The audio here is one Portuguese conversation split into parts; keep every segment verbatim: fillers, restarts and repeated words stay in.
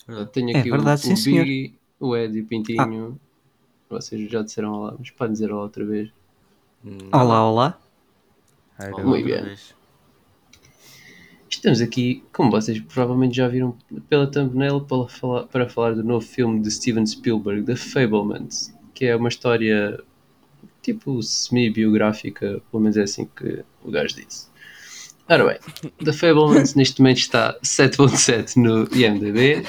Verdade. Tenho É aqui o, verdade, sim, o senhor. Biggie, o Ed e o Ah, Pintinho. Vocês já disseram olá, mas podem dizer olá outra vez. olá, Nada. olá. Era Muito outra bem. vez. Estamos aqui, como vocês provavelmente já viram pela thumbnail, para falar, para falar do novo filme de Steven Spielberg, The Fablemans, que é uma história tipo semi-biográfica, pelo menos é assim que o gajo disse. Ora bem, The Fablemans neste momento está sete ponto sete no I M D B.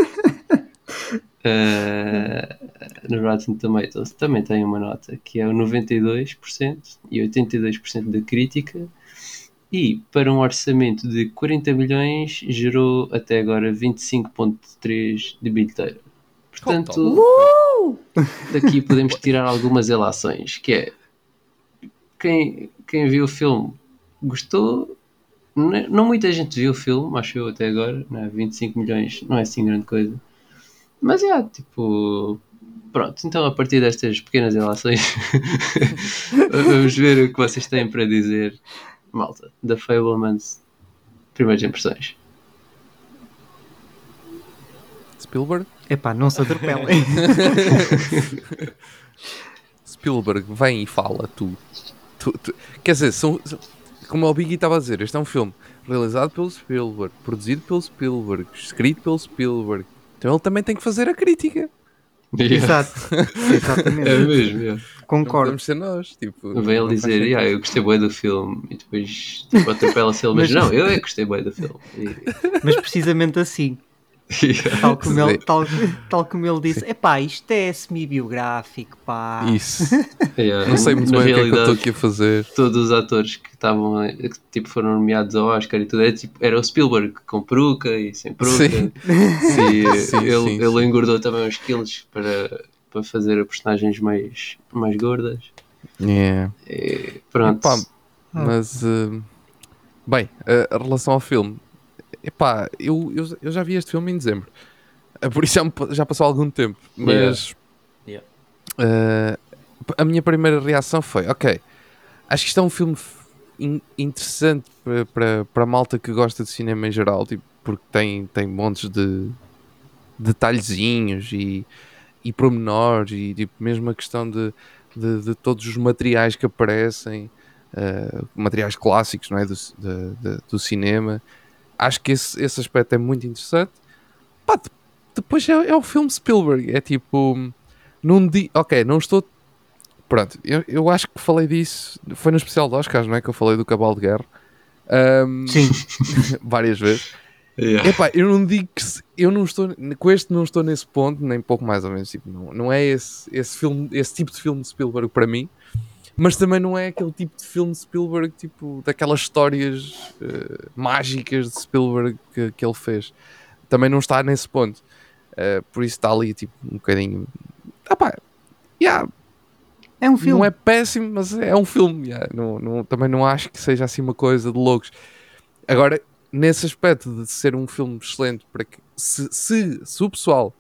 Uh, no Rotten Tomatoes também tem uma nota que é o noventa e dois por cento e oitenta e dois por cento da crítica. E para um orçamento de quarenta milhões gerou até agora vinte e cinco vírgula três de bilheteira. Portanto, Uh! daqui podemos tirar algumas relações, que é quem, quem viu o filme gostou. Não, é- não muita gente viu o filme, acho eu até agora, né? vinte e cinco milhões não é assim grande coisa. Mas é, tipo, pronto, então a partir destas pequenas relações vamos ver o que vocês têm para dizer, malta, da Fablemans, primeiras impressões. Spielberg? Epá, não se atropelem. Spielberg, vem e fala, tu. Tu- tu- Quer dizer, são, são- como o Biggie estava a dizer, este é um filme realizado pelo Spielberg, produzido pelo Spielberg, escrito pelo Spielberg. Então ele também tem que fazer a crítica. Yeah. Exato, exatamente. É mesmo, yeah. Não Concordo. podemos ser nós. Tipo, Vem não, ele não faz dizer, sentido. yeah, eu gostei bem do filme, e depois tipo, atropela-se ele, mas, Mas- não, eu é que gostei bem do filme. E, Mas precisamente assim, yeah. tal como ele, Sim. tal, tal como ele disse, epá, isto é semi-biográfico, pá. Isso. Yeah. Não sei muito Na bem o que é que eu estou realidade, aqui a fazer. todos os atores que estavam, a- que tipo, foram nomeados ao Oscar e tudo, é, tipo, era o Spielberg com peruca e sem peruca. Sim. E Sim, ele, sim, ele sim. engordou também uns quilos para, para fazer personagens mais, mais gordas. Yeah. E pronto. Epá, mas uh, bem, a, a relação ao filme, epá, eu, eu, eu já vi este filme em dezembro, Uh, por isso já, me- já passou algum tempo, mas Yeah. uh, a minha primeira reação foi: ok, acho que isto é um filme f- in- interessante para, para, para a malta que gosta de cinema em geral, tipo, porque tem, tem montes de detalhezinhos e, e pormenores, e tipo, mesmo a questão de, de, de todos os materiais que aparecem, uh, materiais clássicos, não é? do, de- de- do cinema. Acho que esse, esse aspecto é muito interessante. Pá, de- depois é, é o filme Spielberg, é tipo, num dia, ok, não estou. Pronto, eu, eu acho que falei disso, foi no especial de Oscars, não é? Que eu falei do Cavalo de Guerra. Um, Sim, várias vezes. Yeah. Epá, eu não digo que se- eu não estou com este, não estou nesse ponto, nem pouco mais ou menos, tipo, não, não é esse, esse filme, esse tipo de filme de Spielberg para mim, mas também não é aquele tipo de filme de Spielberg, tipo, daquelas histórias eh, mágicas de Spielberg que, que ele fez. Também não está nesse ponto. Eh, por isso está ali, tipo, um bocadinho. Ah pá, yeah, é um filme. não é péssimo, mas é um filme. Yeah, não, não- também não acho que seja assim uma coisa de loucos. Agora, nesse aspecto de ser um filme excelente, para que se, se, se o pessoal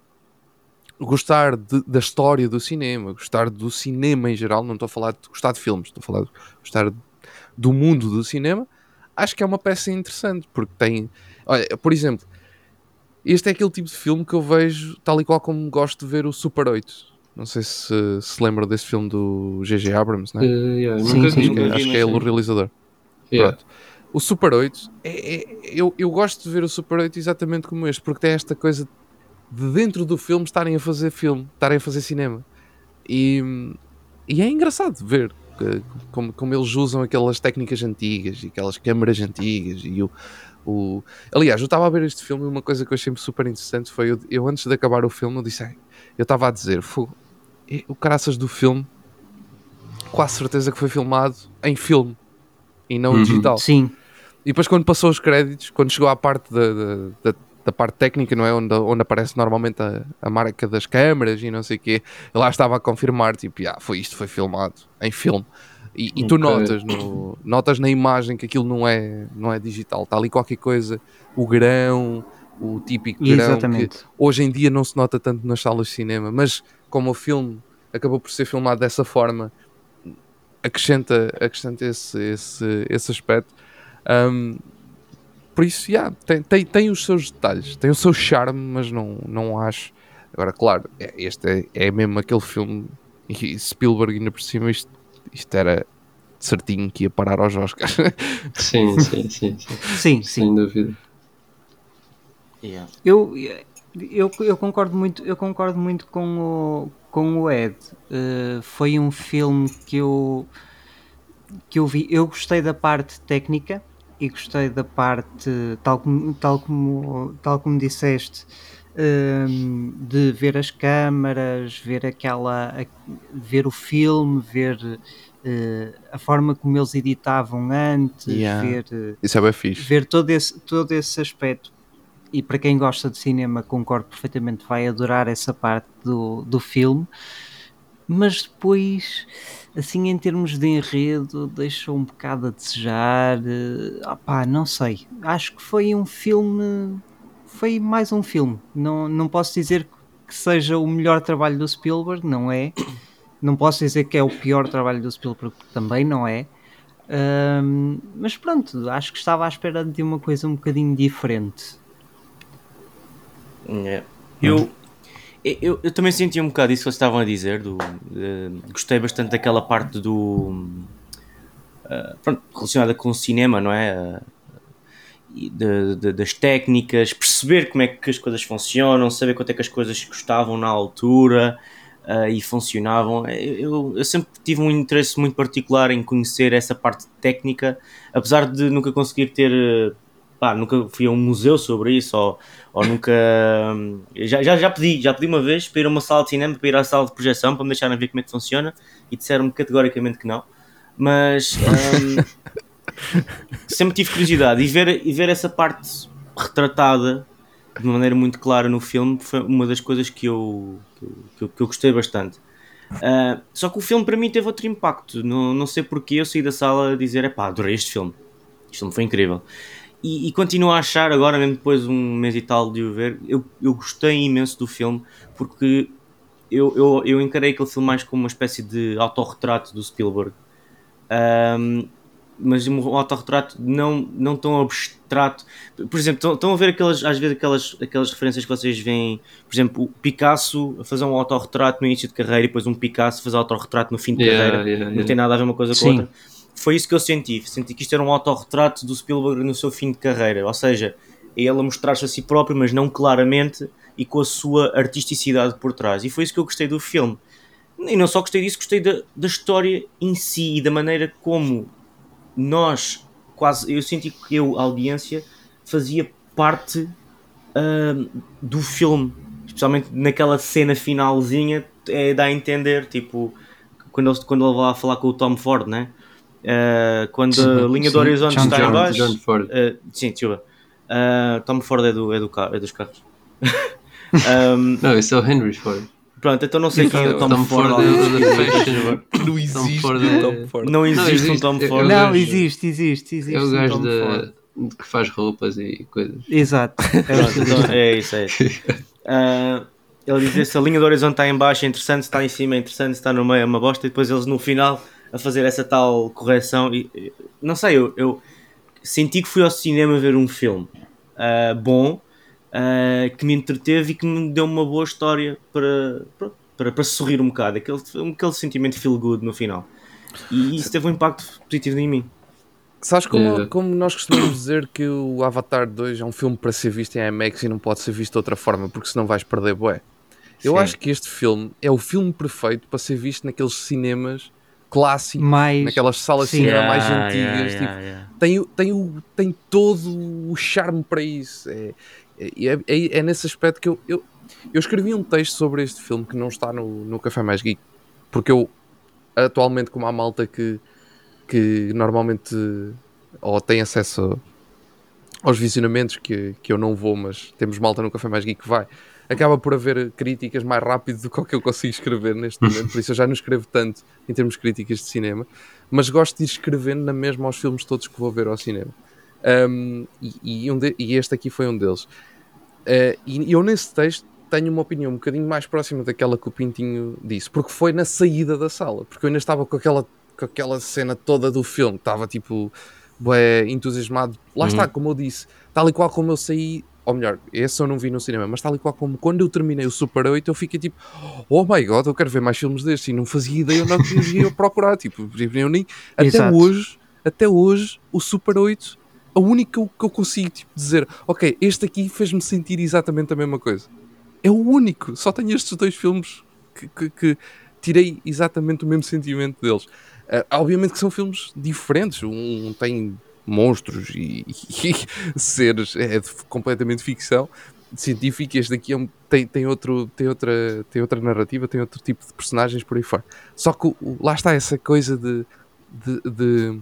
gostar de- da história do cinema, gostar do cinema em geral, não estou a falar de gostar de filmes, estou a falar de gostar do mundo do cinema, acho que é uma peça interessante, porque tem, olha, por exemplo, este é aquele tipo de filme que eu vejo tal e qual como gosto de ver o Super oito. Não sei se se lembra desse filme do J J Abrams, não é? Uh, yeah, Sim, nunca, sim. Acho nunca que, vi, acho que mas é ele o sim. realizador. Yeah. Pronto. O Super oito, é, é- eu, eu gosto de ver o Super oito exatamente como este, porque tem esta coisa de dentro do filme estarem a fazer filme, estarem a fazer cinema. E, e é engraçado ver que- como, como eles usam aquelas técnicas antigas e aquelas câmaras antigas. E o, o... Aliás, eu estava a ver este filme e uma coisa que eu achei super interessante foi, eu, eu antes de acabar o filme, eu disse, "Ai", eu estava a dizer, "Fogo, e- o caraças do filme, quase certeza que foi filmado em filme e não Uhum. digital." Sim, E depois quando passou os créditos, quando chegou à parte da, da, da, da parte técnica, não é? Onde, onde aparece normalmente a, a marca das câmaras e não sei o quê, eu lá estava a confirmar, tipo, ah, foi isto, foi filmado em filme. E, e tu Ok. notas, no, notas na imagem que aquilo não é, não é digital, está ali qualquer coisa, o grão, o típico grão, que exatamente. hoje em dia não se nota tanto nas salas de cinema, mas como o filme acabou por ser filmado dessa forma, acrescenta, acrescenta esse, esse, esse aspecto. Um, por isso, yeah, tem, tem, tem os seus detalhes, tem o seu charme, mas não, não acho. Agora, claro, é- este é, é mesmo aquele filme, e Spielberg ainda por cima, isto, isto era certinho que ia parar aos Oscars. Sim, sim, sim, sim. Sim, Sem sim. dúvida. Yeah. Eu, eu, eu concordo muito, eu concordo muito com o, com o Ed. Uh, foi um filme que eu, que eu vi. Eu gostei da parte técnica e gostei da parte, tal como, tal como, tal como disseste, um, de ver as câmaras, ver aquela, a- ver o filme, ver uh, a forma como eles editavam antes, Yeah. ver, uh, Isso é bem fixe. ver todo esse, todo esse aspecto. E para quem gosta de cinema, concordo perfeitamente, vai adorar essa parte do, do filme. Mas depois, assim, em termos de enredo, deixou um bocado a desejar. eh, opá, não sei. Acho que foi um filme. Foi mais um filme. Não, não posso dizer que seja o melhor trabalho do Spielberg, não é? Não posso dizer que é o pior trabalho do Spielberg, porque também não é. Ahm, mas pronto, acho que estava à espera de uma coisa um bocadinho diferente. Yeah. Eu, eu, eu também senti um bocado isso que vocês estavam a dizer. Do, de- gostei bastante daquela parte do. Uh, pronto, relacionada com o cinema, não é? Uh, e de, de, das técnicas, perceber como é que as coisas funcionam, saber quanto é que as coisas custavam na altura uh, e funcionavam. Eu, eu sempre tive um interesse muito particular em conhecer essa parte técnica, apesar de nunca conseguir ter. Uh, pá, nunca fui a um museu sobre isso, ou, ou nunca. Um, já, já, já pedi, já pedi uma vez para ir a uma sala de cinema, para ir à sala de projeção, para me deixarem ver como é que funciona, e disseram-me categoricamente que não. Mas. Um, sempre tive curiosidade e ver, e ver essa parte retratada de uma maneira muito clara no filme foi uma das coisas que eu, que eu, que eu, que eu gostei bastante. Uh, só que o filme para mim teve outro impacto. Não, não sei porque eu saí da sala a dizer: epá, adorei este filme. Este filme foi incrível. E, e continuo a achar, agora mesmo depois de um mês e tal de o ver, eu, eu gostei imenso do filme porque eu, eu, eu encarei aquele filme mais como uma espécie de autorretrato do Spielberg. Um, mas um autorretrato não, não tão abstrato. Por exemplo, estão, estão a ver aquelas, às vezes aquelas, aquelas referências que vocês veem, por exemplo, o Picasso a fazer um autorretrato no início de carreira e depois um Picasso a fazer um autorretrato no fim de Yeah, carreira, yeah, não yeah. tem nada a ver uma coisa com a Sim. outra. Foi isso que eu senti, senti que isto era um autorretrato do Spielberg no seu fim de carreira, ou seja, é ele a mostrar-se a si próprio, mas não claramente e com a sua artisticidade por trás, e foi isso que eu gostei do filme. E não só gostei disso, gostei da, da história em si e da maneira como nós, quase, eu senti que eu, a audiência, fazia parte uh, do filme, especialmente naquela cena finalzinha, é, dá a entender, tipo, quando ele, quando ele vai lá falar com o Tom Ford, né? Uh, quando Sim, a linha sim. do horizonte John- está John- em baixo, John Ford. uh, sim, desculpa, uh, Tom Ford é, do, é, do carro, é dos carros. um, Não, esse é o Henry Ford. Pronto, então não sei quem é o Tom, Tom Ford. Ford é alguém o da pesquisa, Fashion. por favor. Não Tom existe Ford o é- Tom Ford. Não existe, um existe. Tom É- é Ford. o Não, gajo- existe, existe, existe. É o um gajo Tom Ford. da- de que faz roupas e coisas. Exato. Pronto, então, é isso, é isso. Uh, ele diz: se a linha do horizonte está em baixo é interessante, se está em cima é interessante, se está no meio é uma bosta, e depois eles no final a fazer essa tal correção. E, e, não sei, eu, eu senti que fui ao cinema ver um filme uh, bom, uh, que me entreteve e que me deu uma boa história para, pronto, para, para sorrir um bocado, aquele, aquele sentimento feel good no final. E isso teve um impacto positivo em mim. Sabes como, É. como nós costumamos dizer que o Avatar dois é um filme para ser visto em IMAX e não pode ser visto de outra forma, porque senão vais perder bué. Eu Sim. acho que este filme é o filme perfeito para ser visto naqueles cinemas clássicos, Mais- naquelas salas de sim. cinema mais Yeah, antigas. yeah, tipo, yeah, yeah. Tem, o- tem, o, tem todo o charme para isso. É, é, é, é nesse aspecto que eu, eu, eu escrevi um texto sobre este filme que não está no, no Café Mais Geek, porque eu atualmente, como há malta que, que normalmente ou tem acesso aos visionamentos que, que eu não vou, mas temos malta no Café Mais Geek que vai, acaba por haver críticas mais rápido do que o que eu consigo escrever neste momento, por isso eu já não escrevo tanto em termos de críticas de cinema, mas gosto de ir escrevendo na mesma aos filmes todos que vou ver ao cinema. Um, e, e, um de, e este aqui foi um deles. Uh, e eu nesse texto tenho uma opinião um bocadinho mais próxima daquela que o Pintinho disse, porque foi na saída da sala, porque eu ainda estava com aquela, com aquela cena toda do filme, estava tipo bué entusiasmado. Lá Uhum. está, como eu disse, tal e qual como eu saí, ou melhor, esse eu não vi no cinema, mas tal e qual como quando eu terminei o Super oito, eu fiquei tipo, oh my god, eu quero ver mais filmes destes, e não fazia ideia onde é que eu ia procurar, tipo, eu nem, até Exato. hoje, até hoje, o Super oito, a única que eu, que eu consigo tipo, dizer, ok, este aqui fez-me sentir exatamente a mesma coisa. É o único, só tenho estes dois filmes que, que, que tirei exatamente o mesmo sentimento deles. Uh, obviamente que são filmes diferentes, um, um tem monstros e, e seres, é de, completamente ficção científica, este daqui é um, tem, tem, outro, tem, outra, tem outra narrativa, tem outro tipo de personagens por aí fora. Só que o, lá está essa coisa de, de, de,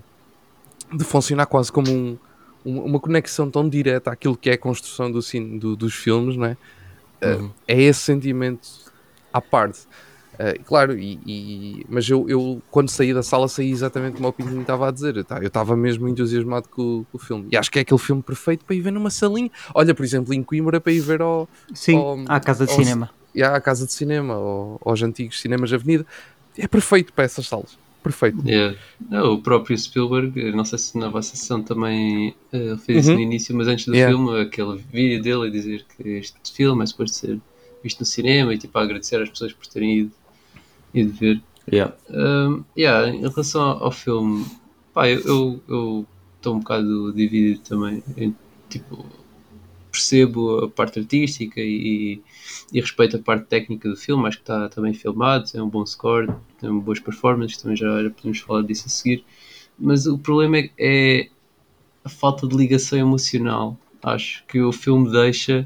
de funcionar quase como um, uma conexão tão direta àquilo que é a construção do, do, dos filmes, não é? Uh, Uhum. é esse sentimento à parte. Uh, claro, e, e, mas eu, eu quando saí da sala saí exatamente como o Pintinho estava a dizer. Eu estava mesmo entusiasmado com, com o filme. E acho que é aquele filme perfeito para ir ver numa salinha. Olha, por exemplo, em Coimbra para ir ver ao, Sim, ao, à casa de ao, cinema. e à casa de cinema, ao, aos antigos cinemas Avenida. É perfeito para essas salas. Perfeito. Yeah. Não, o próprio Spielberg, não sei se na vossa sessão também uh, ele fez isso Uhum. no início, mas antes do Yeah. filme, aquele vídeo dele a dizer que este filme é suposto ser visto no cinema e tipo a agradecer às pessoas por terem ido, ido ver. Yeah. Um, yeah, em relação ao, ao filme, pá, eu estou um bocado dividido também. Em, tipo, percebo a parte artística e, e respeito a parte técnica do filme, acho que está tá bem filmado, é um bom score, tem boas performances, também já, já podemos falar disso a seguir. Mas o problema é, é a falta de ligação emocional, acho que o filme deixa,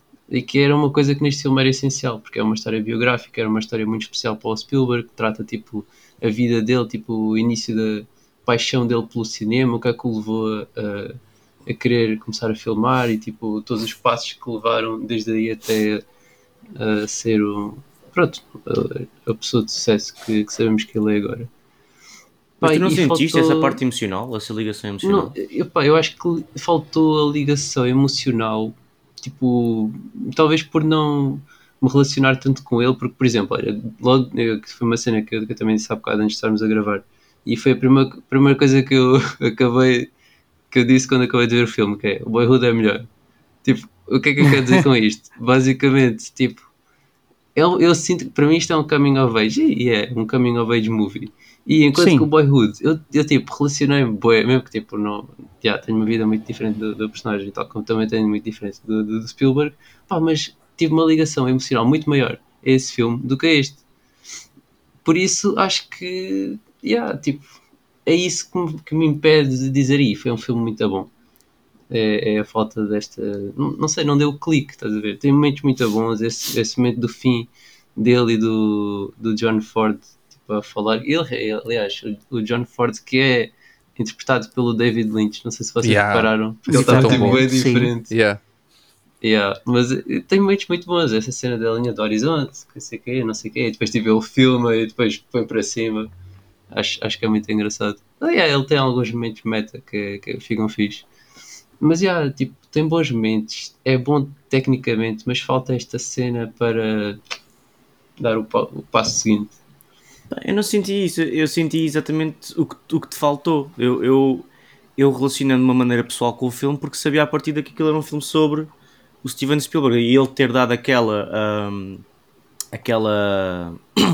e que era uma coisa que neste filme era essencial, porque é uma história biográfica, era uma história muito especial para o Spielberg, que trata tipo a vida dele, tipo o início da paixão dele pelo cinema, o que é que o levou a, a, a querer começar a filmar e tipo todos os passos que levaram desde aí até a, a ser um, pronto, a, a pessoa de sucesso que, que sabemos que ele é agora. Mas Pá, tu não e sentiste faltou... essa parte emocional, essa ligação emocional? Não, eu, pá, eu acho que faltou a ligação emocional, tipo, talvez por não me relacionar tanto com ele, porque, por exemplo, olha, logo, eu- que foi uma cena que eu, que eu também disse há bocado antes de estarmos a gravar, e foi a primeira, primeira coisa que eu acabei, que eu disse quando acabei de ver o filme, que é, o Boyhood é melhor. Tipo, o que é que eu quero dizer com isto? Basicamente, tipo, eu, eu sinto que para mim isto é um coming of age, e é um coming of age movie. E enquanto que o Sim, Boyhood, eu, eu tipo, relacionei-me, bué, mesmo que tipo, não, já, tenho uma vida muito diferente do, do personagem, tal como também tenho muito diferente do, do, do Spielberg, pá, mas tive uma ligação emocional muito maior a esse filme do que a este. Por isso acho que, yeah, tipo, é isso que me, que me impede de dizer, aí foi um filme muito bom. É, é a falta desta. Não, não sei, não deu o clique, estás a ver? Tem momentos muito bons, esse, esse momento do fim dele e do, do John Ford tipo, a falar. Ele, ele, aliás, o, o John Ford que é interpretado pelo David Lynch, não sei se vocês Yeah. repararam, porque ele Isso é está tão tipo, bom. bem exatamente, sim. diferente. Yeah. Yeah, mas eh, tem momentos muito bons, essa cena da linha do horizonte, que não sei o quê, não sei o quê, e depois tipo, ele filma e depois põe para cima. Acho, acho que é muito engraçado. Ah, yeah, ele tem alguns momentos meta que, que ficam fixe. Mas já, tipo, tem bons momentos, é bom tecnicamente, mas falta esta cena para dar o, pa- o passo seguinte. Pá, eu não senti isso, eu senti exatamente o que, o que te faltou. Eu, eu, eu relacionando de uma maneira pessoal com o filme porque sabia a partir daqui que aquilo era um filme sobre o Steven Spielberg e ele ter dado aquela. hum, aquela.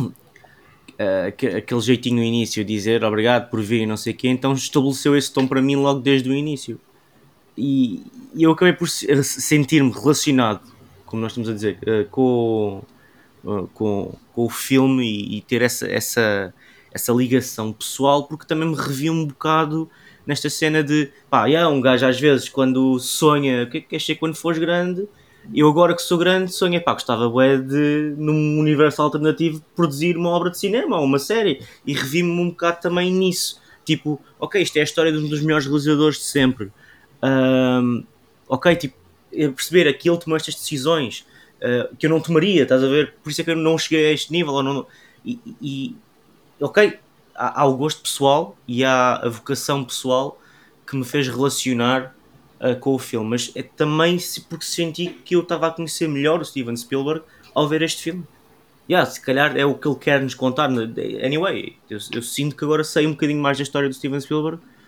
uh, aque- aquele jeitinho no início, dizer obrigado por vir e não sei o quê, então estabeleceu esse tom para mim logo desde o início. E, e eu acabei por se- sentir-me relacionado, como nós estamos a dizer, uh, com, uh, com, com o filme e, e ter essa, essa, essa ligação pessoal, porque também me revi um bocado nesta cena de pá, yeah, um gajo às vezes quando sonha o que é que queres ser quando fores grande, eu agora que sou grande sonho, pá, gostava bué de num universo alternativo produzir uma obra de cinema ou uma série e revi-me um bocado também nisso, tipo, ok, isto é a história de um dos melhores realizadores de sempre. Um, ok, tipo, perceber que ele tomou estas decisões uh, que eu não tomaria, estás a ver? Por isso é que eu não cheguei a este nível. Ou não, e, e ok, há, há o gosto pessoal e há a vocação pessoal que me fez relacionar uh, com o filme, mas é também porque senti que eu estava a conhecer melhor o Steven Spielberg ao ver este filme. Yeah, se calhar é o que ele quer nos contar. Anyway, eu, eu sinto que agora sei um bocadinho mais da história do Steven Spielberg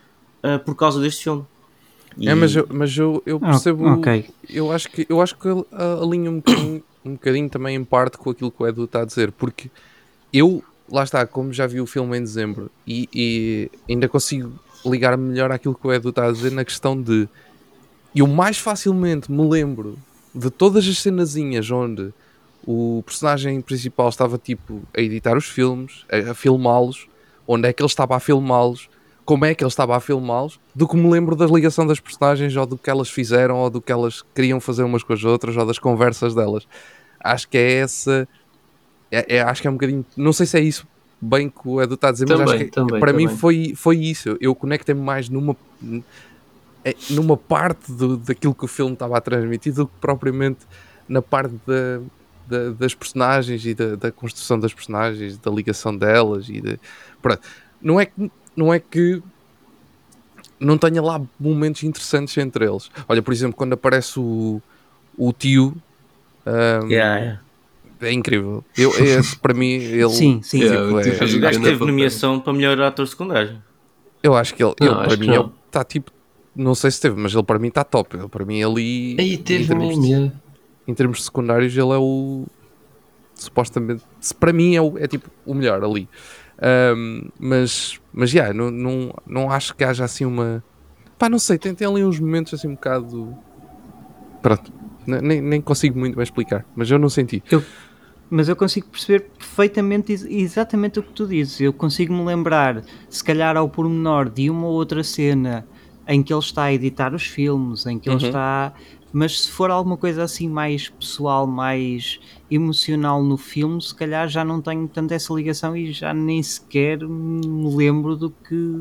uh, por causa deste filme. E... É, mas eu, mas eu, eu percebo. Ah, ok. Eu acho que eu acho que a- alinho um bocadinho, um bocadinho também em parte com aquilo que o Edu está a dizer, porque eu, lá está, como já vi o filme em dezembro e, e ainda consigo ligar melhor àquilo que o Edu está a dizer na questão de eu mais facilmente me lembro de todas as cenazinhas onde o personagem principal estava tipo a editar os filmes, a, a filmá-los, onde é que ele estava a filmá-los, como é que ele estava a filmá-los, do que me lembro da ligação das personagens, ou do que elas fizeram, ou do que elas queriam fazer umas com as outras, ou das conversas delas. Acho que é essa... É, é- acho que é um bocadinho... Não sei se é isso bem que o Edu está a dizer, mas acho Também, que também, para mim também. foi, foi isso. Eu conectei-me mais numa... é, numa parte do, daquilo que o filme estava a transmitir do que propriamente na parte da, da- das personagens e da, da construção das personagens, da ligação delas e de, pronto. Não é que não é que não tenha lá momentos interessantes entre eles. Olha, por exemplo, quando aparece o, o tio, hum, Yeah, yeah. é incrível. Eu, esse, para mim, ele Sim, sim. Yeah, tipo, o tio é- fez Mas o um gajo grande teve papel. nomeação para melhor ator secundário. eu acho que ele, Não, ele para acho que mim, não. ele está tipo, não sei se teve, mas ele para mim está top. Ele, para mim, ali, Aí em teve termos mesmo, de- yeah. em termos secundários, ele é o supostamente, se para mim é, o- é tipo o melhor ali. Ahm, mas, mas já, não, não, não acho que haja assim uma. Pá, não sei, tem, tem ali uns momentos assim um bocado. Pronto, ne- nem, nem consigo muito bem explicar, mas eu não senti. Eu, mas eu consigo perceber perfeitamente ex- exatamente o que tu dizes. Eu consigo me lembrar, se calhar ao pormenor, de uma ou outra cena em que ele está a editar os filmes, em que ele Uhum. está. Mas se for alguma coisa assim mais pessoal, mais emocional no filme, se calhar já não tenho tanto essa ligação e já nem sequer me lembro do que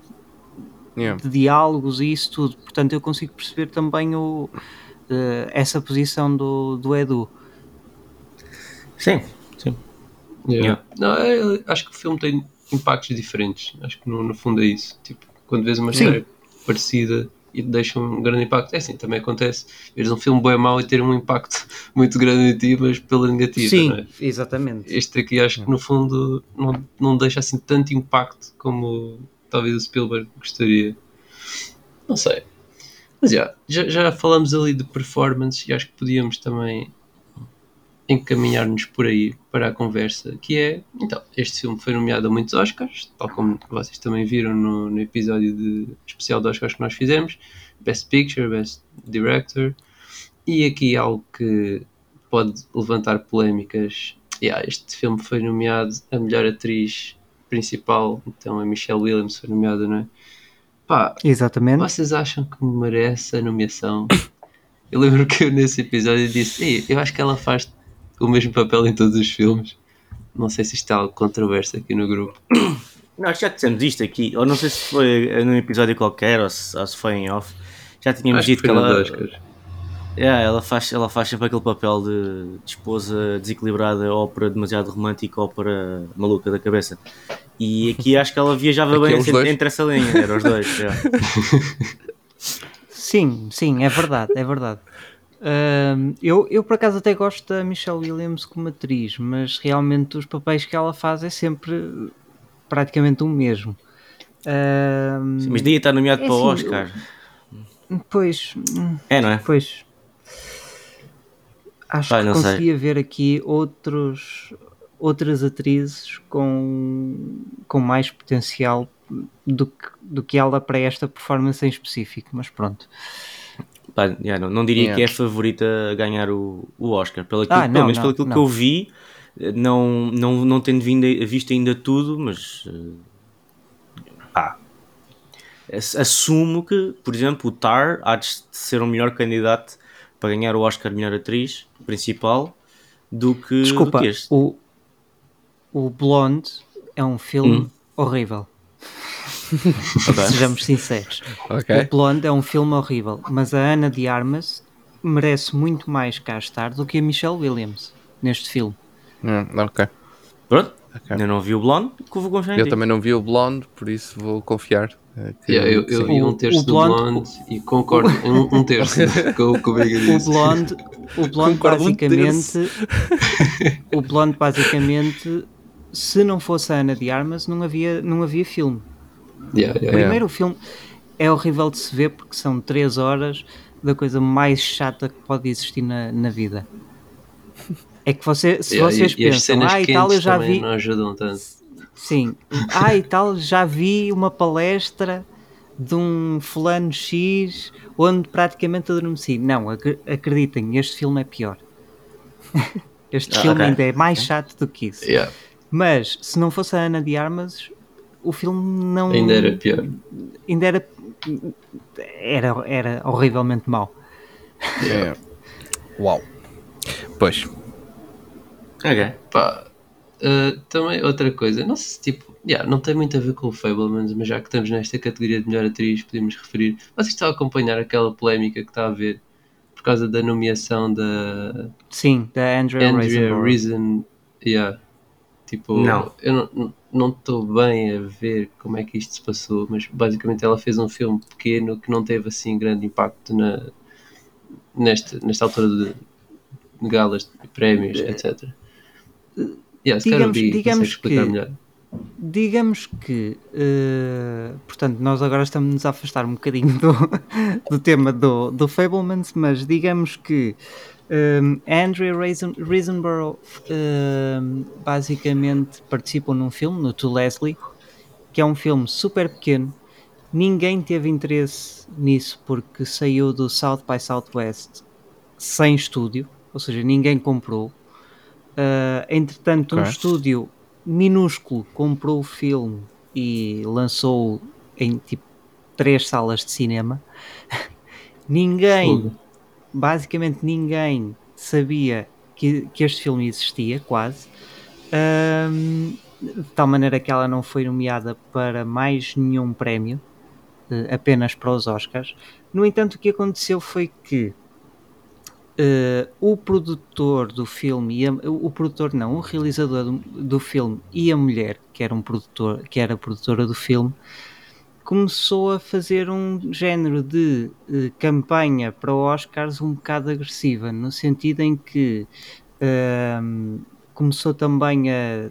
Yeah. de diálogos e isso tudo. Portanto, eu consigo perceber também o, eh, essa posição do, do Edu. Sim, sim. Yeah. Não, é- acho que o filme tem impactos diferentes. Acho que no, no fundo é isso. Tipo, quando vês uma Sim. história parecida e te deixa um grande impacto, é assim, também acontece. Vês um filme bom e mau e ter um impacto muito grande em ti, mas pela negativa, não é? Sim, exatamente. Este aqui acho que no fundo não, não deixa assim tanto impacto como talvez o Spielberg gostaria. Não sei. Mas yeah, já, já falamos ali de performance e acho que podíamos também encaminhar-nos por aí para a conversa, que é, então, este filme foi nomeado a muitos Oscars, tal como vocês também viram no, no episódio de, especial de Oscars que nós fizemos, Best Picture, Best Director, e aqui algo que pode levantar polémicas. Yeah, este filme foi nomeado a melhor atriz principal, então a Michelle Williams foi nomeada, não é? Pá, Exatamente. vocês acham que merece a nomeação? Eu lembro que eu nesse episódio disse: Ei, eu acho que ela faz o mesmo papel em todos os filmes. Não sei se isto é algo controverso aqui no grupo. Não, já dissemos isto aqui, ou não sei se foi num episódio qualquer ou se, ou se foi em off. Já tínhamos Acho que dito que foi no ela, Oscars. yeah, ela, faz, ela faz sempre aquele papel de, de esposa desequilibrada, ópera demasiado romântica, ópera maluca da cabeça. E aqui acho que ela viajava Aqui bem é os entre, dois. entre essa linha, eram os dois. Yeah. Sim, sim, é verdade, é verdade. Ahm, eu, eu por acaso até gosto da Michelle Williams como atriz, mas realmente os papéis que ela faz é sempre praticamente o mesmo. Ahm, Sim, mas daí estar nomeado é para o assim, Oscar. eu- pois, hum, É, não é? pois. Acho Pá, que não sei. conseguia ver aqui outros, outras atrizes com, com mais potencial do que, do que ela para esta performance em específico, mas pronto. Pá, yeah, não, não diria Yeah. que é a favorita a ganhar o, o Oscar. Pelo, aquilo, Ah, pelo não, menos não, pelo aquilo que não. eu vi, não, não, não tendo vindo, visto ainda tudo, mas eh, pá, ass- assumo que, por exemplo, o Tar há de ser um melhor candidato para ganhar o Oscar de melhor atriz principal do que, do Desculpa, que este. o, o Blonde é um filme Hum. horrível. Ok. Sejamos sinceros. Ok. O Blonde é um filme horrível, mas a Ana de Armas merece muito mais cá estar do que a Michelle Williams neste filme. Hum, ok. Pronto, Ok. ainda não vi o Blonde, que eu vou confiar em Eu ti. também não vi o Blonde, por isso vou confiar. eh, que- Yeah, eu, que eu sim. vi O- um terço o do Blonde- Blonde e concordo em um, um terço com o que o Vega O disse. Blonde, o Blonde Concordo um basicamente, o Blonde basicamente, se não fosse a Ana de Armas, não havia, não havia filme. Yeah, yeah, Yeah. Primeiro o filme, é horrível de se ver porque são três horas da coisa mais chata que pode existir na, na vida. É que você, se Yeah, vocês e, e as pensam, cenas ah e tal, eu quentes já também vi... não ajudam tanto. Sim, ah e tal, já vi uma palestra de um fulano X onde praticamente adormeci. Não, ac- acreditem, este filme é pior. Este Ah, filme ok. ainda é mais Ok. chato do que isso. Yeah, Mas se não fosse a Ana de Armas, o filme não. ainda era pior. Ainda era. Era, era horrivelmente mau. Yeah. É. Uau. Pois. Ok. Pá, uh, também outra coisa, não sei se tipo, yeah, não tem muito a ver com o Fablemans, mas já que estamos nesta categoria de melhor atriz, podemos referir. Vocês estão a acompanhar aquela polémica que está a haver por causa da nomeação da Sim, da Andrea Andrea Riseborough. Reason. Yeah, tipo, Não. eu não- não estou bem a ver como é que isto se passou, mas basicamente ela fez um filme pequeno que não teve assim grande impacto na, nesta, nesta altura de, de galas, de prémios, etcétera. Yeah, se calhar o Digamos, Big consegue digamos explicar que. melhor. Digamos que, eh, portanto, nós agora estamos a afastar um bocadinho do, do tema do, do Fablemans, mas digamos que um, Andrea Reason, Riseborough um, basicamente participou num filme, no To Leslie, que é um filme super pequeno. Ninguém teve interesse nisso porque saiu do South by Southwest sem estúdio, ou seja, ninguém comprou. Uh, entretanto, um Ok. estúdio minúsculo comprou o filme e lançou em tipo três salas de cinema. Ninguém, Fogo. basicamente ninguém sabia que, que este filme existia, quase. Um, de tal maneira que ela não foi nomeada para mais nenhum prémio, uh, apenas para os Oscars. No entanto, o que aconteceu foi que Uh, o produtor do filme, e a, o produtor não, o realizador do, do filme e a mulher, que era, um produtor, que era a produtora do filme, começou a fazer um género de uh, campanha para Oscars um bocado agressiva, no sentido em que uh, começou também a...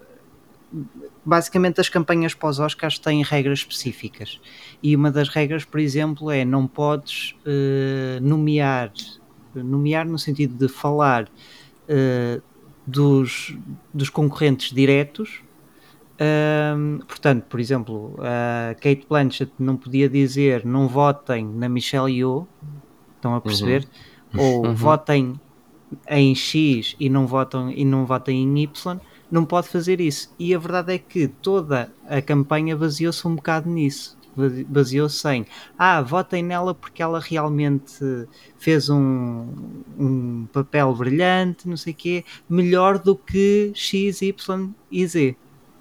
Basicamente as campanhas para os Oscars têm regras específicas e uma das regras, por exemplo, é não podes uh, nomear nomear no sentido de falar uh, dos, dos concorrentes diretos. Um, portanto, por exemplo, a Kate Blanchett não podia dizer não votem na Michelle Yeoh, estão a perceber? Uhum. Ou Uhum. votem em X e não votem, e não votem em Y, não pode fazer isso. E a verdade é que toda a campanha baseou-se um bocado nisso. Baseou-se em ah, votem nela porque ela realmente fez um, um papel brilhante, não sei o quê, melhor do que X, Y e Z.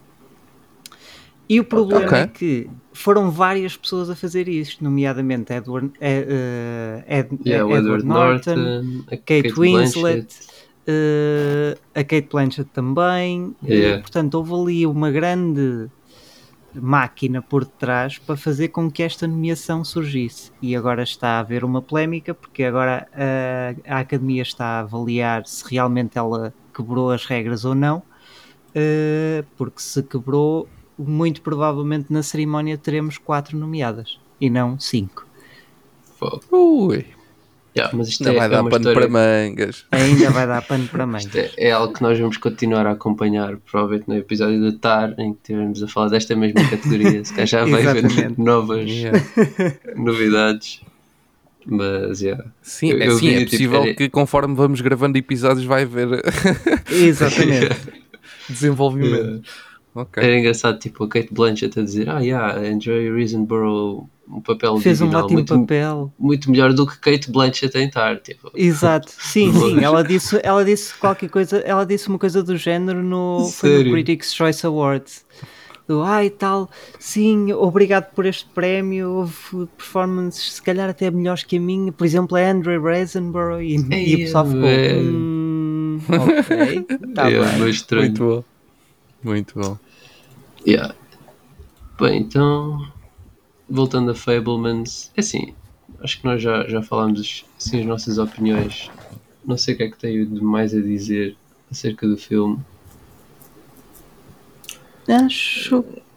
E o problema Ok. é que foram várias pessoas a fazer isto, nomeadamente Edward, uh, Ed, Yeah, o Edward Edward Norton, Norton, a Kate, Kate Winslet, Blanchett. uh, a Kate Blanchett também. Yeah. Uh, portanto, houve ali uma grande máquina por detrás para fazer com que esta nomeação surgisse. E agora está a haver uma polémica, porque agora a, a Academia está a avaliar se realmente ela quebrou as regras ou não, uh, porque se quebrou, muito provavelmente na cerimónia teremos quatro nomeadas e não cinco. Fogo. Ui. Yeah, mas isto Não é, vai é dar uma pano história. para mangas. Ainda vai dar pano para mangas. Isto é, é algo que nós vamos continuar a acompanhar, provavelmente no episódio de T A R, em que estivermos a falar desta mesma categoria. Se calhar já vai haver Exatamente. novas Yeah. novidades. Mas, yeah. Sim, Eu- é, eu sim, vi, é tipo, possível era- que conforme vamos gravando episódios vai haver Exatamente. desenvolvimento. Ok. Era engraçado, tipo, a Kate Blanchett a dizer: Ah, yeah, a Andrea Riseborough, um papel Fez um divinal ótimo muito, papel. muito melhor do que Kate Blanchett em T A R. Tipo, Exato, sim, Boa. sim, ela disse, ela disse qualquer coisa, ela disse uma coisa do género no, foi no Sério? Critics' Choice Awards. Do, ah, e tal, sim, obrigado por este prémio, houve performances se calhar até melhores que a minha, por exemplo a Andrea Riseborough e, e o pessoal ficou, velho. hum, ok, está Yeah, bem. mas estranho. Muito bom. Muito bom. Yeah. Bem, então, voltando a Fablemans, é assim, acho que nós já, já falámos assim, as nossas opiniões. Não sei o que é que tenho de mais a dizer acerca do filme. Acho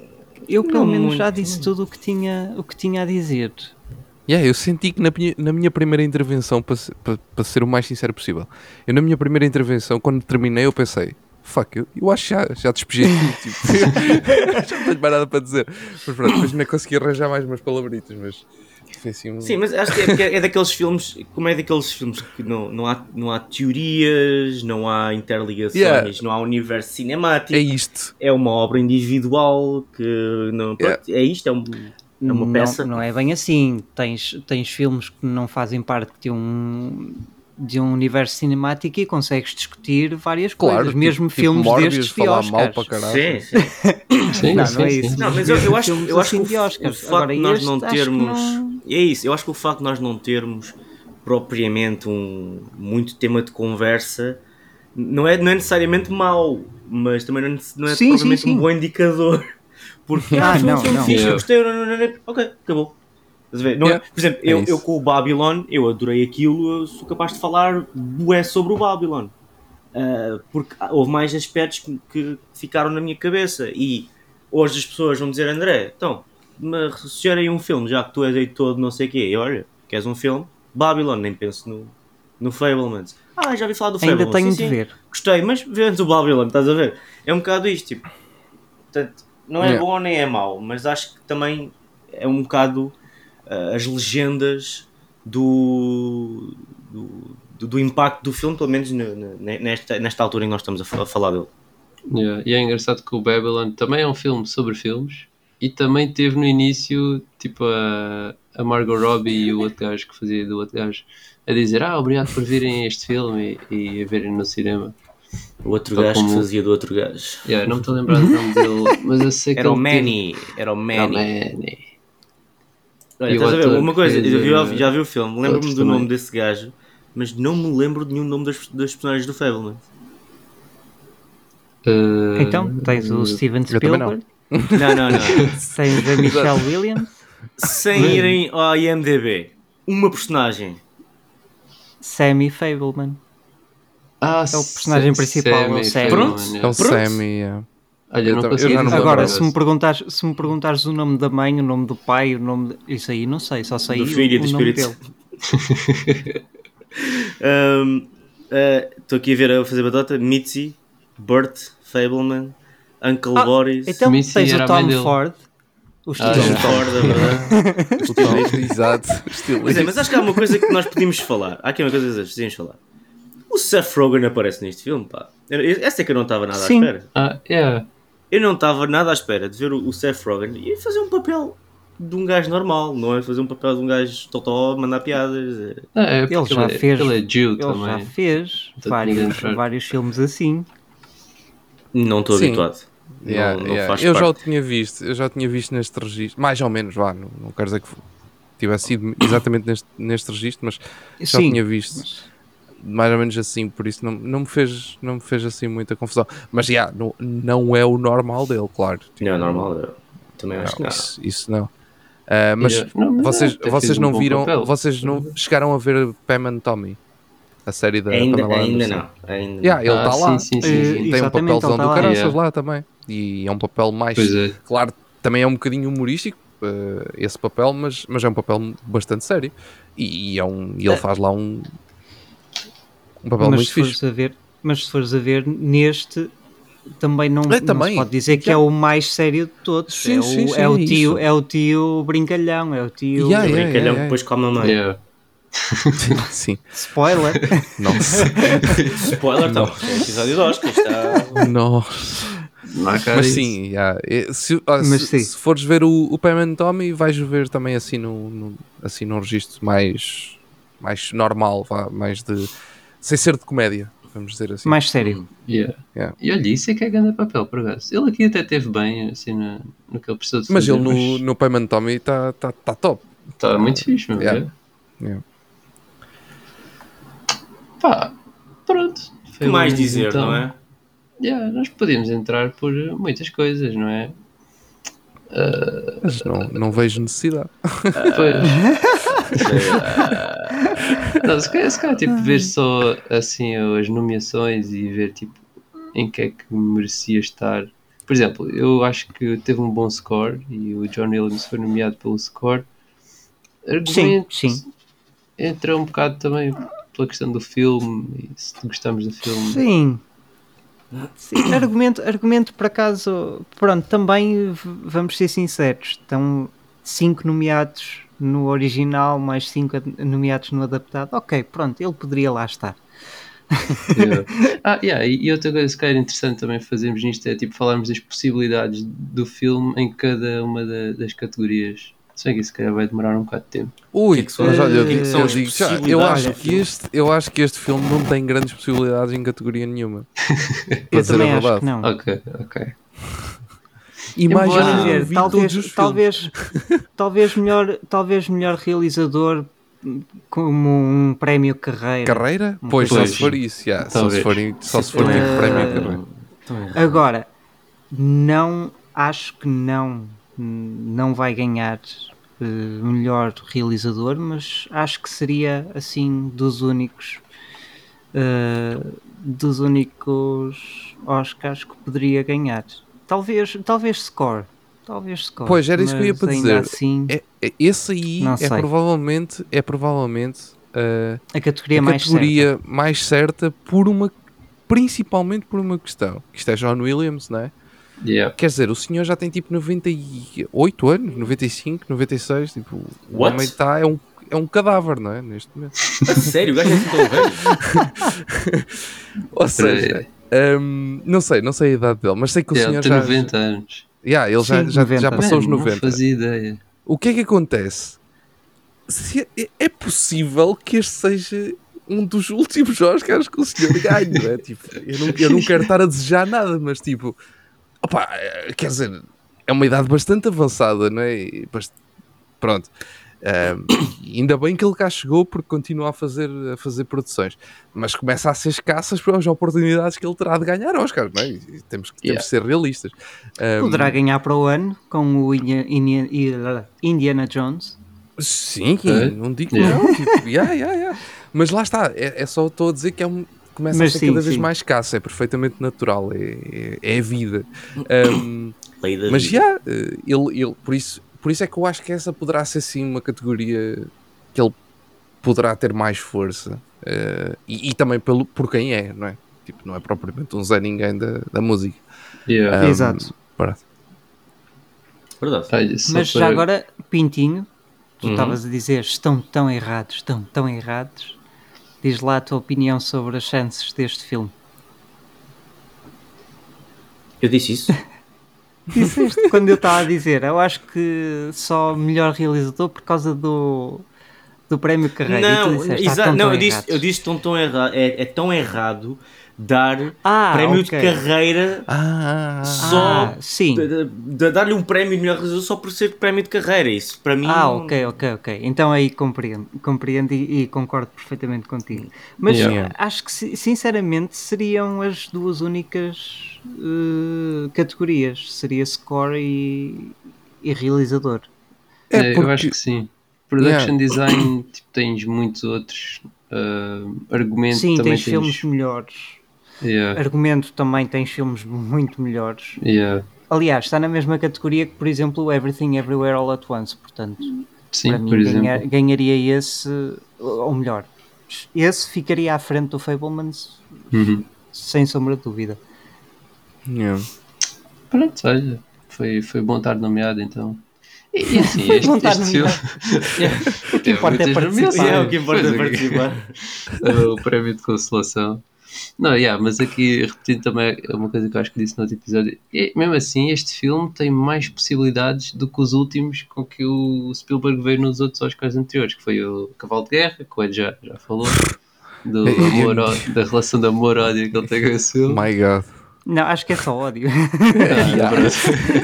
eu pelo Não menos muito. já disse tudo o que tinha, o que tinha a dizer. Yeah, eu senti que na minha, na minha primeira intervenção, para, se- para, para ser o mais sincero possível, eu na minha primeira intervenção, quando terminei, eu pensei, fuck, eu, eu acho que já, já despejei tudo, tipo, já não tenho mais nada para dizer. Mas pronto, depois não consegui arranjar mais umas palabritas, mas foi assim um... Sim, mas acho que é, porque é daqueles filmes, como é daqueles filmes que não, não, há, não há teorias, não há interligações, Yeah. não há universo cinemático, É é, isto. uma obra individual que não, Yeah. é isto, é, um, é uma não, peça. não é bem assim. Tens, tens filmes que não fazem parte de um, de um universo cinemático e consegues discutir várias Claro, coisas, tipo- mesmo tipo filmes Morbius, destes de falar mal Oscars. para Sim, caralho. sim. Sim, Não, sim, não é sim. isso. Não, mas mesmo eu, eu acho, filmes eu acho assim que o, de Oscars. o facto Agora, de nós este, não acho que termos. não- É isso, eu acho que o facto de nós não termos propriamente um muito tema de conversa não é, não é necessariamente mau, mas também não é, não é Sim, propriamente sim, sim. um bom indicador. Porque, ah, Ah, foi um não, filme não. fixe, eu Yeah. gostei, não, não, não, ok, acabou. Estás a ver? Não é- Yeah, por exemplo, é eu, isso. eu com o Babylon, eu adorei aquilo, eu sou capaz de falar bué sobre o Babylon. Uh, porque houve mais aspectos que, que ficaram na minha cabeça e hoje as pessoas vão dizer, André, então, me sugerem um filme, já que tu és aí todo não sei o quê, e olha, queres um filme? Babylon, nem penso no, no Fablemans. Ah, já ouvi falar do Ainda Fablemans, tenho sim, de sim, ver. gostei, mas vê antes o Babylon, estás a ver? É um bocado isto, tipo, portanto, não é Yeah. bom nem é mau, mas acho que também é um bocado uh, as legendas do, do, do, do impacto do filme, pelo menos no- no- nesta, nesta altura em que nós estamos a, fa- a falar dele. Yeah. E é engraçado que o Babylon também é um filme sobre filmes e também teve no início tipo a, a Margot Robbie e o outro gajo que fazia do outro gajo a dizer ah, obrigado por virem este filme e, e a verem no cinema. O outro Tal gajo como- que fazia do outro gajo. Yeah, não me estou a lembrar do nome dele, mas eu sei que Era o ele teve- Manny. Era o Era o Manny. Manny. Olha, E o estás a ver? ator Uma que coisa, fez, eu já, uh, vi, já vi o filme, lembro-me outros do nome também. desse gajo, mas não me lembro de nenhum nome das, das personagens do Fableman. Uh, Então, tens o Steven eu também não. Spielberg, Não, não, não. tens a Michelle Williams, Sem irem ao I M D B, uma personagem. Sammy Fableman. Ah, É o personagem principal, é o Sam. Pronto. É o Pronto. Sammy, yeah. Olha, Eu não tam- eu consegui já não me dizer lembro Agora, agora. se me, perguntares, se me perguntares o nome da mãe, o nome do pai, o nome de... isso aí não sei, só sei Do o, filho e do o nome espírito. dele. Estou aqui a ver a fazer batota. Mitzi, Burt, Fableman, Uncle Ah, Boris. Então Missy tens era o a mãe Tom dele. Ford, o Ah, estilo. Tom é. Ford, é verdade. O Tom, exato. Pois é, Estilista. mas acho que há uma coisa que nós podíamos falar. Há aqui uma coisa que nós podíamos falar. O Seth Rogen aparece neste filme, pá. Eu- Essa é que eu não estava nada Sim. à espera. Ah, yeah. Eu não estava nada à espera de ver o, o Seth Rogen e fazer um papel de um gajo normal, não é fazer um papel de um gajo totó, mandar piadas. Ah, é Ele porque já é- fez, Ele é Jew ele já também. fez Portanto, vários, ninguém entrar. vários filmes assim. Não estou Sim. habituado. Yeah, não não yeah. faz Eu já o parte. tinha visto, eu já o tinha visto neste registro, mais ou menos, vá, não, não quero dizer que tivesse sido exatamente neste, neste registro, mas já o Sim. tinha visto mais ou menos assim, por isso não, não, me, fez, não me fez assim muita confusão. Mas já, não, não é o normal dele, claro. Tipo, Não é normal, eu também acho que não, não. isso, isso não. Ah, mas Yeah. Não, mas vocês, até vocês fez um não bom viram, papel. vocês não chegaram a ver Pam and Tommy, a série da Ainda, Pamela ainda Anderson? não. Ainda Yeah, ele Ah, está lá. sim, sim, sim, Eh, sim. Tem um Exatamente, papelzão ele tá do lá. caraças Yeah. lá também. E é um papel mais, Pois é. claro, também é um bocadinho humorístico, eh, esse papel, mas, mas é um papel bastante sério. E, e é um, e ele faz lá um, um papel Mas muito se fores fixe. a ver, mas se fores a ver neste também não, É, não também. se pode dizer que Já. é o mais sério de todos. Sim, é, sim, o, sim, é o é tio, isso. é o tio brincalhão, é o tio Yeah, O yeah. brincalhão que depois come a mãe. Yeah. Sim, spoiler. nossa, Spoiler, tá. É um episódio de Oscar. Está... nossa. Não há cá Mas disso. sim, yeah. Eh, se, ah, Mas se, sim. se fores ver o, o Pam and Tommy, vais ver também assim, no, no, assim num registro mais, mais normal, vá, mais de, sem ser de comédia, vamos dizer assim. Mais sério. Yeah. Yeah. E olha, isso é que é grande papel, por acaso. Ele aqui até teve bem, assim, na, no que ele precisou de Mas fazer. ele no, no Pam and Tommy está tá, tá top. Está muito fixe, meu. Yeah. Yeah. Yeah. Pá, pronto. O que Foi mais bom, dizer, então. não é? Yeah, nós podíamos entrar por muitas coisas, não é? Mas não, não vejo necessidade. Pois. Não, se calhar, se calhar, tipo, ver só assim as nomeações e ver tipo em que é que merecia estar por exemplo, eu acho que teve um bom score e o John Williams foi nomeado pelo score. Sim, Argumento sim. entra um bocado também pela questão do filme e se gostamos do filme. Sim. Sim, argumento, argumento por acaso, pronto, também v- vamos ser sinceros, estão cinco nomeados no original, mais cinco ad- nomeados no adaptado. Ok, pronto, ele poderia lá estar. Yeah. Ah, yeah, e e outra coisa que era interessante também fazermos nisto é tipo falarmos das possibilidades do filme em cada uma da- das categorias. Se bem que isso se calhar vai demorar um bocado de tempo. Ui, que é que são- mas olha, o que é que eu são as digo já, eu possibilidades acho, do que filme? este, eu acho que este filme não tem grandes possibilidades em categoria nenhuma. Para Eu dizer também a acho verdade. que não. Ok, ok. Imagina Embora- eu Quer dizer, vi talvez, todos os filmes. talvez, talvez, melhor, talvez melhor realizador hum, como um prémio carreira. Carreira? Uma Pois, só coisa se assim. for isso, yeah. só Talvez. se for, em- só se for Eh, tipo prémio carreira. Estão errados. Agora, não acho que não, não vai ganhar eh, melhor realizador, mas acho que seria assim dos únicos eh, dos únicos Oscars que poderia ganhar. Talvez, talvez score, talvez score. Pois, era isso que eu ia mas para ainda dizer. assim, É, é- esse aí Não é sei. provavelmente, é provavelmente uh, a categoria a mais categoria certa. mais certa por uma, principalmente por uma questão. Isto é John Williams, não é? Yeah. Quer dizer, o senhor já tem tipo noventa e oito anos, noventa e cinco, noventa e seis, tipo, o What? homem está, é um, é um cadáver, não é? Neste momento. A sério, o gajo é assim tão velho? Ou seja, hum, não sei, não sei a idade dele, mas sei que o Yeah, senhor tem já, noventa anos. já, ele já, Sim, já, já noventa. passou os Man, não noventa. fazia ideia. O que é que acontece? Se é, é possível que este seja um dos últimos Oscars que o senhor ganhe, não é? Tipo, eu não, eu não quero estar a desejar nada, mas tipo, opa, é, quer dizer, é uma idade bastante avançada, não é? E, bast- pronto. Ahm, e ainda bem que ele cá chegou porque continua a fazer, a fazer produções, mas começa a ser escassas para as oportunidades que ele terá de ganhar Oscars, não é? E temos que temos Yeah. que ser realistas. Ahm, Poderá ganhar para o ano com o Indiana, Indiana, Indiana Jones. Sim, É? não digo que Yeah. não, tipo, yeah, yeah, yeah. Mas lá está, é, é só estou a dizer que é um, começa Mas a ser sim, cada vez sim. mais escasso, é perfeitamente natural, é, é, é a vida. Ahm, Lei da mas vida. já, eh, ele, ele, por, isso, por isso é que eu acho que essa poderá ser sim uma categoria que ele poderá ter mais força. eh, e, e também pelo, por quem é, não é? Tipo, não é propriamente um Zé Ninguém da, da música. Yeah. Ahm, Exato. pronto. Verdade. Olha, só Mas para- já agora, Pintinho, tu Uhum. estavas a dizer estão tão errados, estão tão errados. Diz lá a tua opinião sobre as chances deste filme. Eu disse isso? Disseste quando eu estava a dizer, eu acho que só melhor realizador por causa do, do prémio Carreira. E tu Não, disseste, exa- ah, estão não tão eu, disse, errados. eu disse tão, tão erra é, é tão errado dar Ah, prémio ok. de carreira Ah, só Ah, sim. de- de- de dar-lhe um prémio de melhor realizador só por ser prémio de carreira. Isso para mim. Ah, ok, ok, ok. Então aí compreendo, compreendo e, e concordo perfeitamente contigo. Mas Yeah. acho que si- sinceramente seriam as duas únicas eh, categorias. Seria score e, e realizador. é É, porque... eu acho que sim. Production design, tipo, tens muitos outros. ah, argumento Sim, também tens filmes melhores. Yeah, Argumento também tens filmes muito melhores. yeah. Aliás, está na mesma categoria que, por exemplo, o Everything Everywhere All at Once. Portanto, Sim, para por mim exemplo. ganha- ganharia esse, ou melhor, esse ficaria à frente do Fablemans, Uhum. sem sombra de dúvida. Yeah. Pronto, olha, foi, foi bom estar nomeado então. E, e assim, este, Bom estar este filme. O que importa é muitas participar. nomeações. É, o que importa é Pois, participar. o prémio de consolação. Não, yeah, mas aqui repetindo também uma coisa que eu acho que disse no outro episódio. E, mesmo assim, este filme tem mais possibilidades do que os últimos com que o Spielberg veio nos outros Oscars anteriores, que foi o Cavalo de Guerra, que o Ed já, já falou, do amor, ó- da relação de amor-ódio que ele tem com esse filme. My God. Não, acho que é só ódio. Ah, pronto.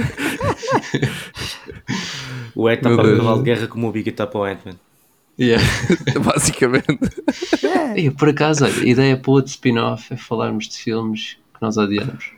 O Ed está Meu para o Deus. cavalo de guerra como o Big está para o Ant-Man. Yeah. Basicamente. E, por acaso, olha, a ideia para outro spin-off é falarmos de filmes que nós odiamos.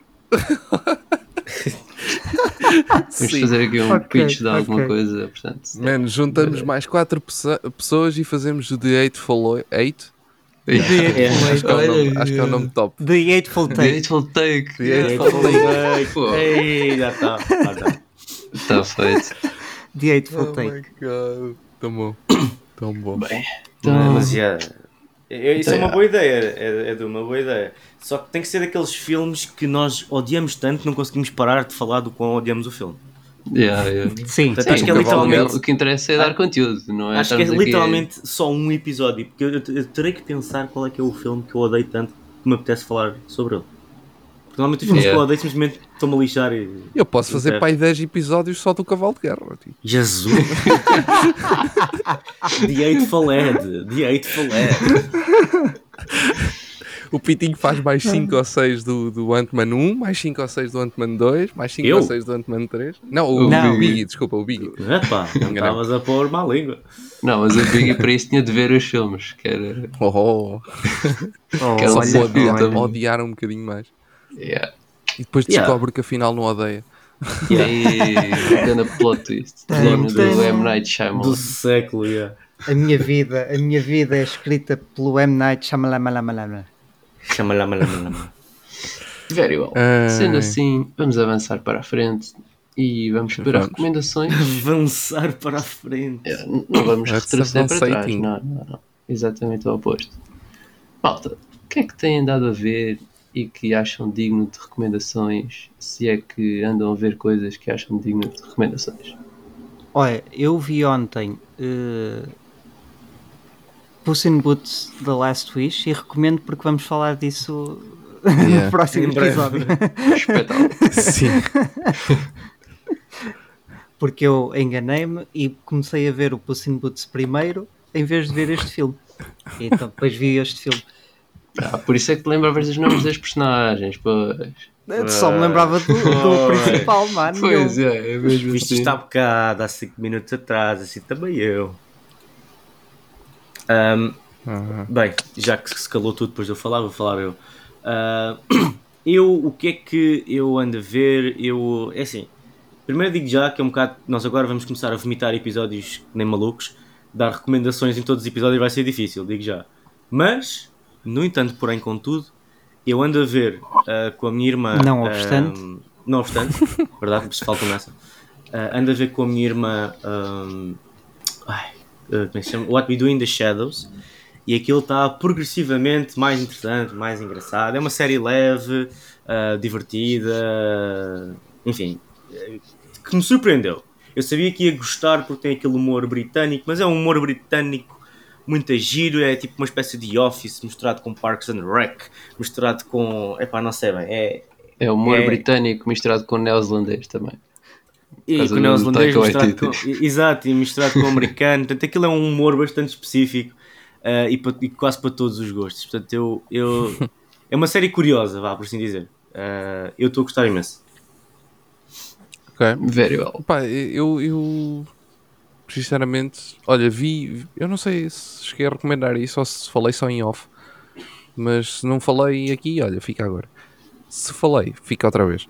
Vamos Sim. fazer aqui um Ok, pitch de alguma ok. coisa. Portanto, Mano, juntamos mais quatro pesso- pessoas e fazemos o The Eightful Eight The Eightful Acho que é o nome, acho que é o nome top. The Eightful The Take. Eightful Take. The Yeah. Eightful Pô, Ei, já está. Ah, tá. Está feito. The Eightful Oh Take. my god. Tão bom. Tão bom. Bem, Não, então, mas já. É- Isso é Então, uma boa ideia, é, é de uma boa ideia. Só que tem que ser daqueles filmes que nós odiamos tanto que não conseguimos parar de falar do quão odiamos o filme. yeah, yeah. Sim, Portanto, Sim, acho que é o, literalmente. o que interessa é dar conteúdo, não é? Acho que é estarmos aqui- literalmente só um episódio, porque eu, eu terei que pensar qual é que é o filme que eu odeio tanto que me apetece falar sobre ele. Porque normalmente os filmes Yeah. que eu odeio simplesmente estão-me a lixar e. Eu posso fazer Certo. para aí dez episódios só do Cavalo de Guerra. Tipo. Jesus! The Eightful Head! The Eightful Head! O Pitinho faz mais cinco ou seis do, do Ant-Man um, mais cinco ou seis do Ant-Man dois, mais cinco Eu? ou seis do Ant-Man três. Não, o, Não. o Biggie, desculpa, o Biggie. Epá, não Enganei-me. estavas a pôr má língua. Não, mas o Biggie para isso tinha de ver os filmes, que era. Oh, oh. Oh, Aquela Só olha, se olha, odiar, olha. odiar um bocadinho mais. Yeah. E depois Yeah. descobre que afinal não odeia. E aí, grande plot twist. Plano do M. Night Do Shyamalan. século, yeah. a minha vida, a minha vida é escrita pelo M. Night Shyamalan. Chama lá, lá, lá, lá. Very well. Ai. Sendo assim, vamos avançar para a frente e vamos para Vamos. recomendações. Avançar para a frente. É, não vamos Let's retroceder para trás. avançating. Não, não, não. Exatamente o oposto. Malta, o que é que têm andado a ver e que acham digno de recomendações? Se é que andam a ver coisas que acham digno de recomendações. Olha, eu vi ontem uh, Puss in Boots The Last Wish e recomendo porque vamos falar disso Yeah. no próximo Em breve. episódio. Espetáculo. Sim. Porque eu enganei-me e comecei a ver o Puss in Boots primeiro em vez de ver este filme. E então depois vi este filme. Ah, por isso é que te lembravas dos nomes das personagens, pois. Só me lembrava do, do Pois. principal, mano. Pois é, é mesmo Viste assim. isto há bocado, há cinco minutos atrás, assim também eu. Ahm, Uhum. Bem, já que se calou tudo depois de eu falar, vou falar eu. Ah, eu, o que é que eu ando a ver? Eu, é assim, primeiro digo já que é um bocado, nós agora vamos começar a vomitar episódios que nem malucos, dar recomendações em todos os episódios vai ser difícil, digo já. Mas, no entanto, porém, contudo, eu ando a ver ah, com a minha irmã... Não obstante. ah, não obstante, verdade, se falta nessa. Ah, ando a ver com a minha irmã... ah, ai, ah, como é que se chama? What We Do in the Shadows. E aquilo está progressivamente mais interessante, mais engraçado. É uma série leve, uh, divertida, enfim, uh, que me surpreendeu. Eu sabia que ia gostar porque tem aquele humor britânico, mas é um humor britânico muito giro, é tipo uma espécie de Office misturado com Parks and Rec, misturado com... Epá, não sei bem, é... É humor É- britânico misturado com neozelandês também. E causa com o do neozelandês Taika misturado com, Waititi. e- exato, e misturado com o americano. Portanto, aquilo é um humor bastante específico uh, e, pa- e quase para todos os gostos. Portanto, eu, eu, é uma série curiosa, vá, por assim dizer. Uh, eu estou a gostar imenso. Ok. Very well. Pá, eu, eu sinceramente, olha, vi, eu não sei se cheguei a recomendar isso ou se falei só em off, mas se não falei aqui, olha, fica agora. Se falei, fica outra vez.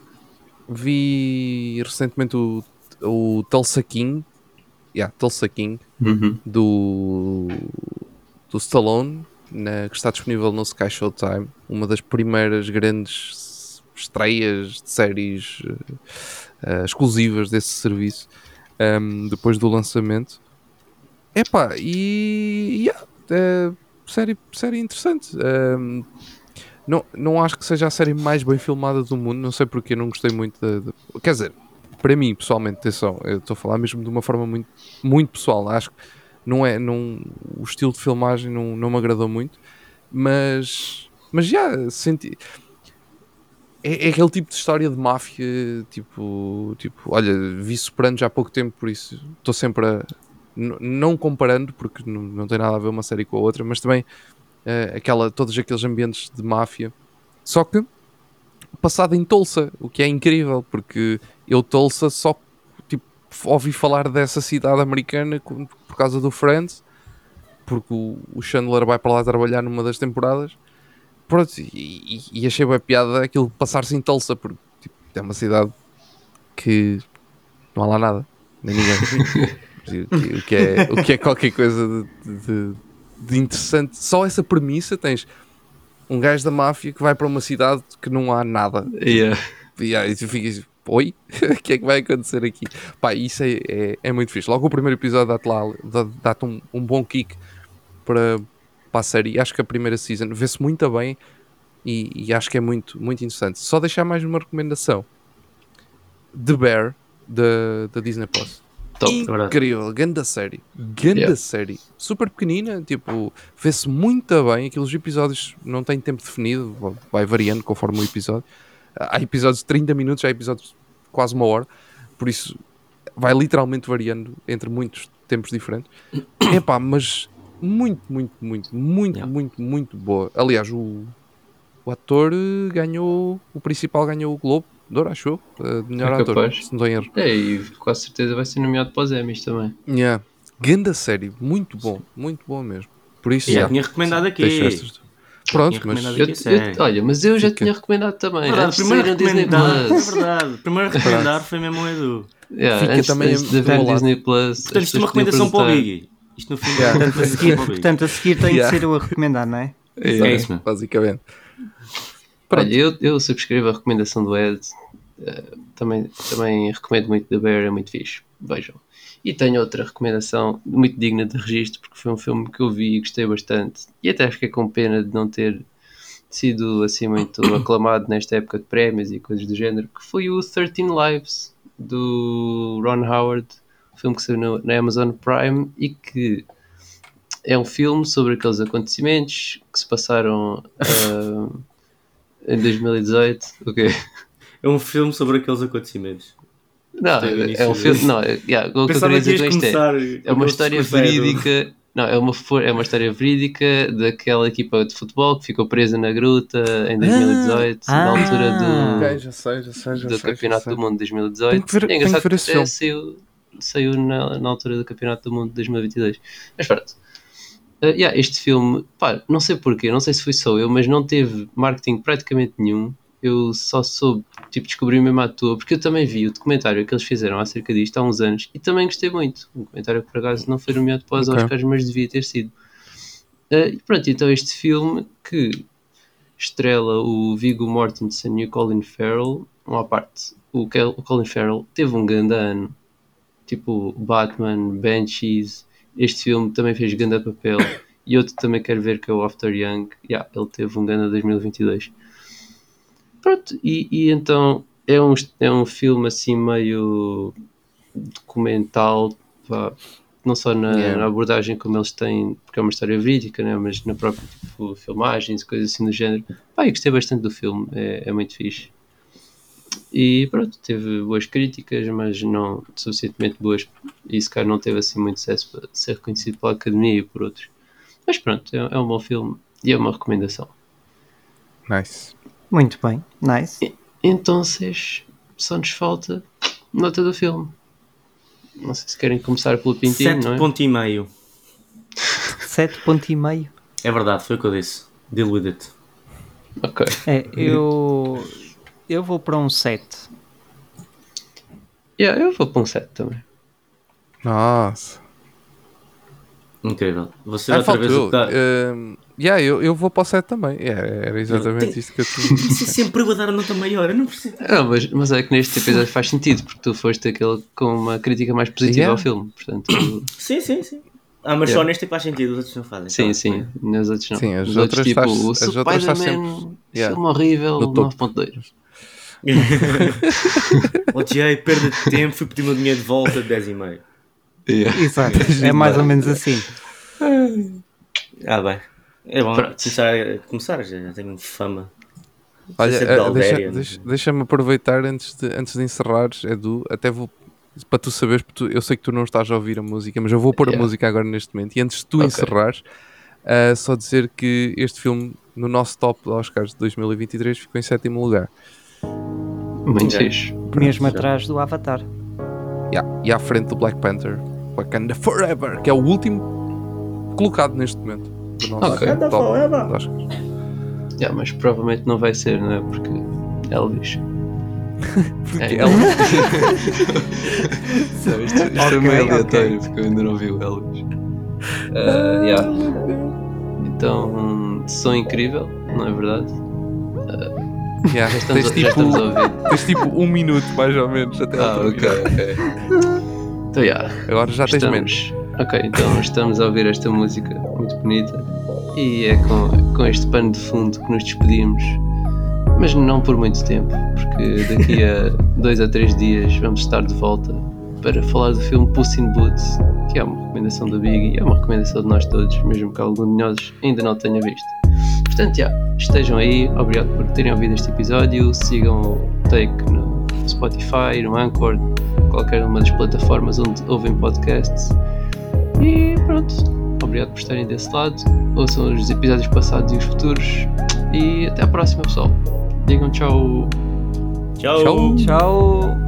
Vi recentemente o, o Tulsa King, yeah, Tulsa King, Uhum. do, do Stallone, na, que está disponível no Sky Showtime, uma das primeiras grandes estreias de séries uh, uh, exclusivas desse serviço, um, depois do lançamento. Epá, e yeah, uh, série, série interessante. Um, não, não acho que seja a série mais bem filmada do mundo, não sei porque não gostei muito de, de- quer dizer, para mim pessoalmente, atenção, eu estou a falar mesmo de uma forma muito, muito pessoal, acho que não é, não, o estilo de filmagem não, não me agradou muito, mas mas já senti é, é aquele tipo de história de máfia, tipo, tipo olha, vi Sopranos há pouco tempo, por isso estou sempre a n- não comparando, porque não, não tem nada a ver uma série com a outra, mas também eh, aquela, todos aqueles ambientes de máfia, só que passado em Tulsa, o que é incrível, porque eu Tulsa só tipo, ouvi falar dessa cidade americana com- por causa do Friends, porque o, o Chandler vai para lá trabalhar numa das temporadas. Pronto, e, e- e achei bem piada aquilo passar-se em Tulsa, porque tipo, é uma cidade que não há lá nada, nem ninguém. o, que, o que é, o que é qualquer coisa de, de- de interessante. Só essa premissa, tens um gajo da máfia que vai para uma cidade que não há nada. Yeah. E aí tu ficas, oi? O que é que vai acontecer aqui? Pá, isso é, é, é muito fixe. Logo o primeiro episódio dá-te lá, dá- dá-te um, um bom kick para, para a série. Acho que a primeira season vê-se muito bem e, e acho que é muito, muito interessante. Só deixar mais uma recomendação. The Bear, da, da Disney Plus. Top. Incrível, ganda série. Ganda Yeah. série. Super pequenina, tipo, vê-se muito bem. Aqueles episódios não têm tempo definido, vai variando conforme o episódio. Há episódios de trinta minutos, há episódios de quase uma hora. Por isso, vai literalmente variando entre muitos tempos diferentes. Epá, mas muito, muito, muito, muito, Yeah. muito, muito boa. Aliás, o, o ator eh, ganhou, o principal ganhou o Globo de Ouro, acho eu, eh, de melhor É ator, capaz. se não estou em erro. É, e com certeza vai ser nomeado para os Emmys também. Yeah. Ganda série, muito bom, muito bom mesmo. Por isso, Já yeah, tinha recomendado aqui. deixo estas- Pronto, Tinha mas recomendado Eu, aqui a série. eu- olha, mas eu já Fica. tinha recomendado também. Verdade, antes de primeiro sair no Disney recomendar, Plus. é verdade. Primeiro recomendar foi mesmo o Edu. Yeah, Fica antes, também antes do de haver meu lado. Disney Plus. Portanto, isto é uma recomendação para o Biggie. Isto no fim Yeah. é uma Portanto, a seguir, recomendação para o Biggie. portanto, a seguir tem Yeah. de ser eu a recomendar, não é? É isso mesmo. basicamente. Pronto. Olha, eu, eu subscrevo a recomendação do Ed. Uh, também, também recomendo muito The Bear, é muito fixe. Vejam. E tenho outra recomendação muito digna de registro, porque foi um filme que eu vi e gostei bastante. E até fiquei com pena de não ter sido assim muito aclamado nesta época de prémios e coisas do género, que foi o thirteen Lives, do Ron Howard, um filme que saiu no- na Amazon Prime e que é um filme sobre aqueles acontecimentos que se passaram ah, em dois mil e dezoito. Ok. É um filme sobre aqueles acontecimentos. Não, Gostei do é início um filme. disso. Não, é, yeah, o que eu Pensava queria que dizer com ias isto é. começar É uma história verídica. Não, é uma, for- é uma história verídica daquela equipa de futebol que ficou presa na gruta em dois mil e dezoito, Ah, na altura do, Ok, já sei, já sei, já do sei, Campeonato já sei. do Mundo de dois mil e dezoito. Tenho que ver- é tenho engraçado que ver esse até filme. saiu, saiu na, na altura do Campeonato do Mundo de dois mil e vinte e dois. Mas pronto. Uh, yeah, este filme, pá, não sei porquê, não sei se fui só eu, mas não teve marketing praticamente nenhum. Eu só soube, tipo, descobri mesmo à toa, porque eu também vi o documentário que eles fizeram acerca disto há uns anos e também gostei muito. Um documentário que por acaso não foi nomeado para os Ok. Oscars, mas devia ter sido. Uh, e pronto, então este filme que estrela o Viggo Mortensen e o Colin Farrell, uma à parte, o, Kel- o Colin Farrell teve um grande ano, tipo Batman, Banshees, este filme também fez grande papel, e outro também quero ver que é o After Young, yeah, ele teve um grande dois mil e vinte e dois. Pronto, e, e então é um, é um filme assim meio documental, pá, não só na, Yeah. na abordagem como eles têm, porque é uma história verídica, né, mas na própria tipo, filmagens, coisas assim do género. Pá, eu gostei bastante do filme, é, é muito fixe. E pronto, teve boas críticas, mas não suficientemente boas, e se calhar não teve assim muito sucesso para ser reconhecido pela Academia e por outros. Mas pronto, é, é um bom filme e é uma recomendação. Nice. Muito bem, nice. Então, só nos falta nota do filme. Não sei se querem começar pelo Pintinho, Sete não é? ponto e meio. Sete ponto e meio. É verdade, foi o que eu disse. Deal with it. Ok. É, eu, eu vou para um sete. Yeah, eu vou para um sete também. Nossa. Incrível. Você Ah, outra falta vez eu. o que dá. Um, yeah, eu, eu vou para o sete também. Yeah, era exatamente Tem- isto que eu tinha. Isso é sempre eu a dar a nota maior, eu não percebo. Ah, mas, mas é que neste episódio faz sentido, porque tu foste aquele com uma crítica mais positiva Yeah. ao filme. Portanto, Sim, sim, sim. Ah, mas Yeah. só neste é que faz sentido, os outros não fazem. sim, Tá sim. bem. Nas outras não. Sim, as Os outras tipo, estás- o as outras estás Spider-Man, sempre- yeah. filme horrível, No topo. nove ponto dois. Odiei, perda de tempo, fui pedir o meu dinheiro de volta de dez e meio. Yeah. Exato, é mais ou menos assim. Ah, bem. É bom Pronto. começar, a- começar, já já tenho fama. Olha, Isso é de eh, Galdéria, deixa- não deixa- sei. deixa-me aproveitar antes de, antes de encerrares, Edu, até vou para tu saberes, porque tu- eu sei que tu não estás a ouvir a música, mas eu vou pôr a Yeah. música agora neste momento. E antes de tu Ok. encerrares, eh, só dizer que este filme, no nosso top de Oscars de dois mil e vinte e três, ficou em sétimo lugar. Muito Ok. fixe. Mesmo já. atrás do Avatar. Yeah. E à frente do Black Panther, Wakanda Forever, que é o último colocado neste momento do nosso Ok. top Wakanda Forever. de Oscars. Yeah, mas provavelmente não vai ser, não é? Porque Elvis. Porque É, ela- Não, isto, isto é Ok, meio ok. aleatório, porque eu ainda não vi o Elvis. Ah, yeah. então som incrível, não é verdade? Yeah, Já estamos, tens, a, já tipo, estamos a ouvir. tens tipo um minuto mais ou menos até Ah, ao ok, terminar. ok. Então, yeah, Agora já tens menos. estamos, ok, então estamos a ouvir esta música muito bonita e é com, com este pano de fundo que nos despedimos, mas não por muito tempo, porque daqui a dois a três dias vamos estar de volta para falar do filme Puss in Boots, que é uma recomendação da Big e é uma recomendação de nós todos, mesmo que algum de nós ainda não tenha visto. Portanto, já, estejam aí, obrigado por terem ouvido este episódio, sigam o Take no Spotify, no Anchor, qualquer uma das plataformas onde ouvem podcasts. E pronto, obrigado por estarem desse lado, ouçam os episódios passados e os futuros e até à próxima, pessoal. Digam tchau. Tchau. Tchau. Tchau!